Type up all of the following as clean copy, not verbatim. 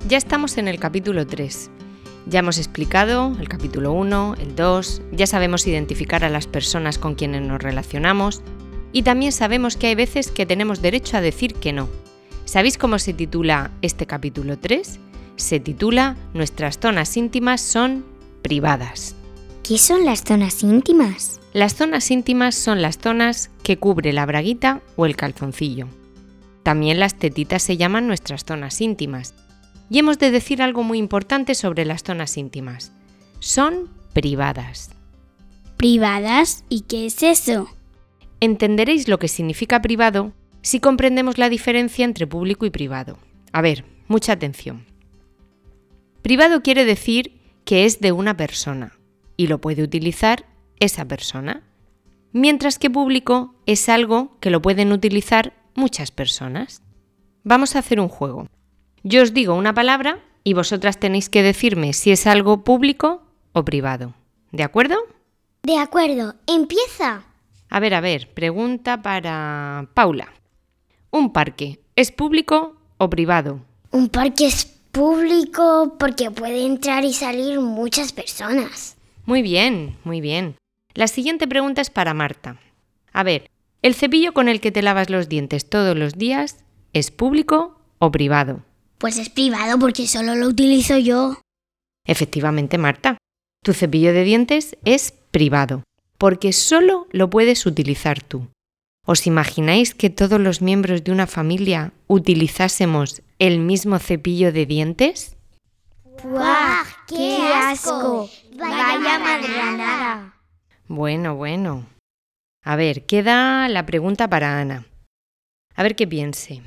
Ya estamos en el capítulo 3. Ya hemos explicado el capítulo 1, el 2, ya sabemos identificar a las personas con quienes nos relacionamos y también sabemos que hay veces que tenemos derecho a decir que no. ¿Sabéis cómo se titula este capítulo 3? Se titula Nuestras zonas íntimas son privadas. ¿Qué son las zonas íntimas? Las zonas íntimas son las zonas que cubre la braguita o el calzoncillo. También las tetitas se llaman nuestras zonas íntimas. Y hemos de decir algo muy importante sobre las zonas íntimas. Son privadas. ¿Privadas? ¿Y qué es eso? Entenderéis lo que significa privado si comprendemos la diferencia entre público y privado. A ver, mucha atención. Privado quiere decir que es de una persona y lo puede utilizar esa persona, mientras que público es algo que lo pueden utilizar muchas personas. Vamos a hacer un juego. Yo os digo una palabra y vosotras tenéis que decirme si es algo público o privado. ¿De acuerdo? De acuerdo, empieza. A ver, pregunta para Paula. ¿Un parque es público o privado? Un parque es público porque puede entrar y salir muchas personas. Muy bien, muy bien. La siguiente pregunta es para Marta. A ver, ¿el cepillo con el que te lavas los dientes todos los días es público o privado? Pues es privado porque solo lo utilizo yo. Efectivamente, Marta, tu cepillo de dientes es privado, porque solo lo puedes utilizar tú. ¿Os imagináis que todos los miembros de una familia utilizásemos el mismo cepillo de dientes? ¡Guau! ¡Qué asco! ¡Vaya madranada! Bueno. A ver, queda la pregunta para Ana. A ver qué piense.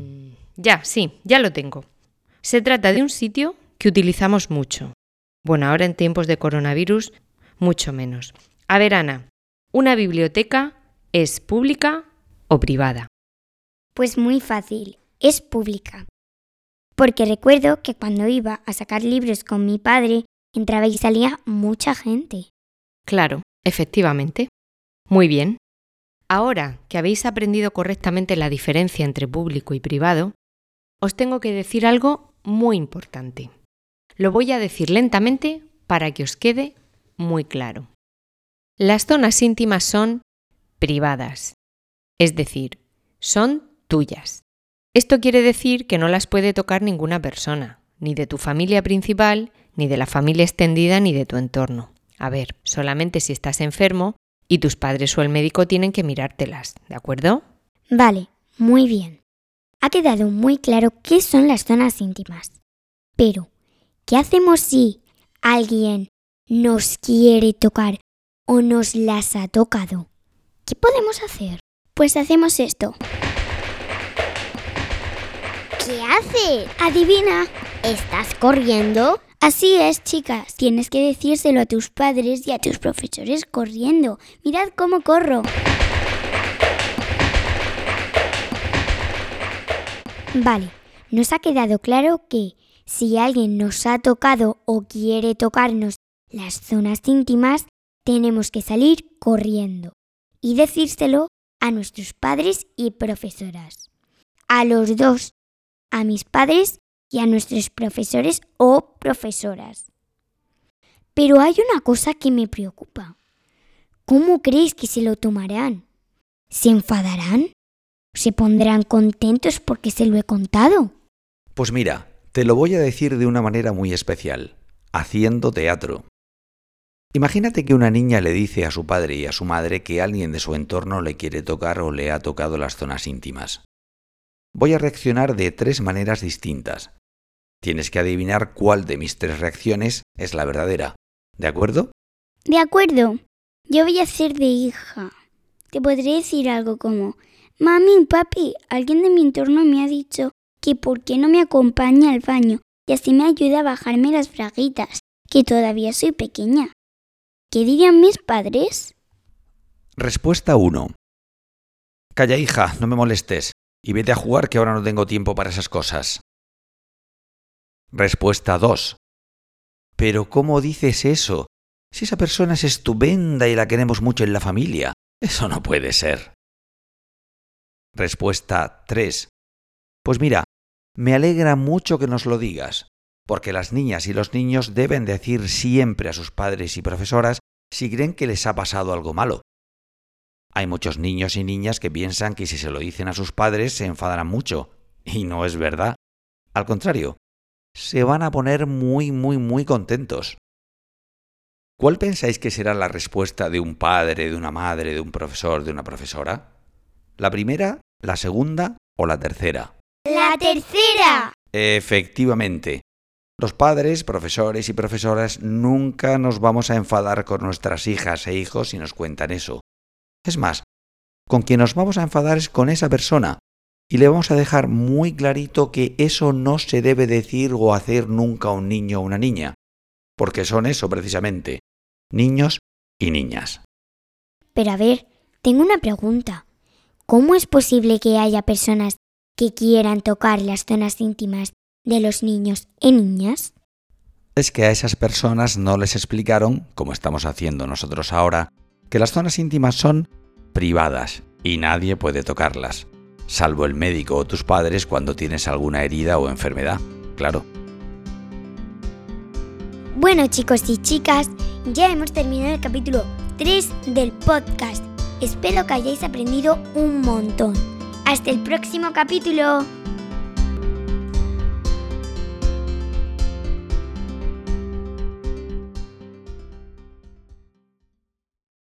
Ya lo tengo. Se trata de un sitio que utilizamos mucho. Bueno, ahora en tiempos de coronavirus, mucho menos. A ver, Ana, ¿una biblioteca es pública o privada? Pues muy fácil, es pública. Porque recuerdo que cuando iba a sacar libros con mi padre, entraba y salía mucha gente. Claro, efectivamente. Muy bien. Ahora que habéis aprendido correctamente la diferencia entre público y privado, os tengo que decir algo muy importante. Lo voy a decir lentamente para que os quede muy claro. Las zonas íntimas son privadas, es decir, son tuyas. Esto quiere decir que no las puede tocar ninguna persona, ni de tu familia principal, ni de la familia extendida, ni de tu entorno. A ver, solamente si estás enfermo y tus padres o el médico tienen que mirártelas, ¿de acuerdo? Vale, muy bien. Ha quedado muy claro qué son las zonas íntimas. Pero, ¿qué hacemos si alguien nos quiere tocar o nos las ha tocado? ¿Qué podemos hacer? Pues hacemos esto. ¿Qué haces? Adivina. ¿Estás corriendo? Así es, chicas. Tienes que decírselo a tus padres y a tus profesores corriendo. Mirad cómo corro. Vale, nos ha quedado claro que si alguien nos ha tocado o quiere tocarnos las zonas íntimas, tenemos que salir corriendo y decírselo a nuestros padres y profesoras. A los dos, a mis padres y a nuestros profesores o profesoras. Pero hay una cosa que me preocupa. ¿Cómo crees que se lo tomarán? ¿Se enfadarán? ¿Se pondrán contentos porque se lo he contado? Pues mira, te lo voy a decir de una manera muy especial, haciendo teatro. Imagínate que una niña le dice a su padre y a su madre que alguien de su entorno le quiere tocar o le ha tocado las zonas íntimas. Voy a reaccionar de 3 maneras distintas. Tienes que adivinar cuál de mis 3 reacciones es la verdadera. ¿De acuerdo? De acuerdo. Yo voy a ser de hija. Te podré decir algo como: Mami, papi, alguien de mi entorno me ha dicho que por qué no me acompaña al baño y así me ayuda a bajarme las braguitas, que todavía soy pequeña. ¿Qué dirían mis padres? Respuesta 1. Calla, hija, no me molestes. Y vete a jugar que ahora no tengo tiempo para esas cosas. Respuesta 2. ¿Pero cómo dices eso? Si esa persona es estupenda y la queremos mucho en la familia. Eso no puede ser. Respuesta 3. Pues mira, Me alegra mucho que nos lo digas, porque las niñas y los niños deben decir siempre a sus padres y profesoras si creen que les ha pasado algo malo. Hay muchos niños y niñas que piensan que si se lo dicen a sus padres se enfadarán mucho, y no es verdad. Al contrario, se van a poner muy contentos. ¿Cuál pensáis que será la respuesta de un padre, de una madre, de un profesor, de una profesora? ¿La primera, la segunda o la tercera? ¡La tercera! Efectivamente. Los padres, profesores y profesoras nunca nos vamos a enfadar con nuestras hijas e hijos si nos cuentan eso. Es más, con quien nos vamos a enfadar es con esa persona y le vamos a dejar muy clarito que eso no se debe decir o hacer nunca a un niño o una niña, porque son eso precisamente, niños y niñas. Pero a ver, tengo una pregunta. ¿Cómo es posible que haya personas que quieran tocar las zonas íntimas de los niños y niñas? Es que a esas personas no les explicaron, como estamos haciendo nosotros ahora, que las zonas íntimas son privadas y nadie puede tocarlas, salvo el médico o tus padres cuando tienes alguna herida o enfermedad, claro. Bueno, chicos y chicas, ya hemos terminado el capítulo 3 del podcast. Espero que hayáis aprendido un montón. ¡Hasta el próximo capítulo!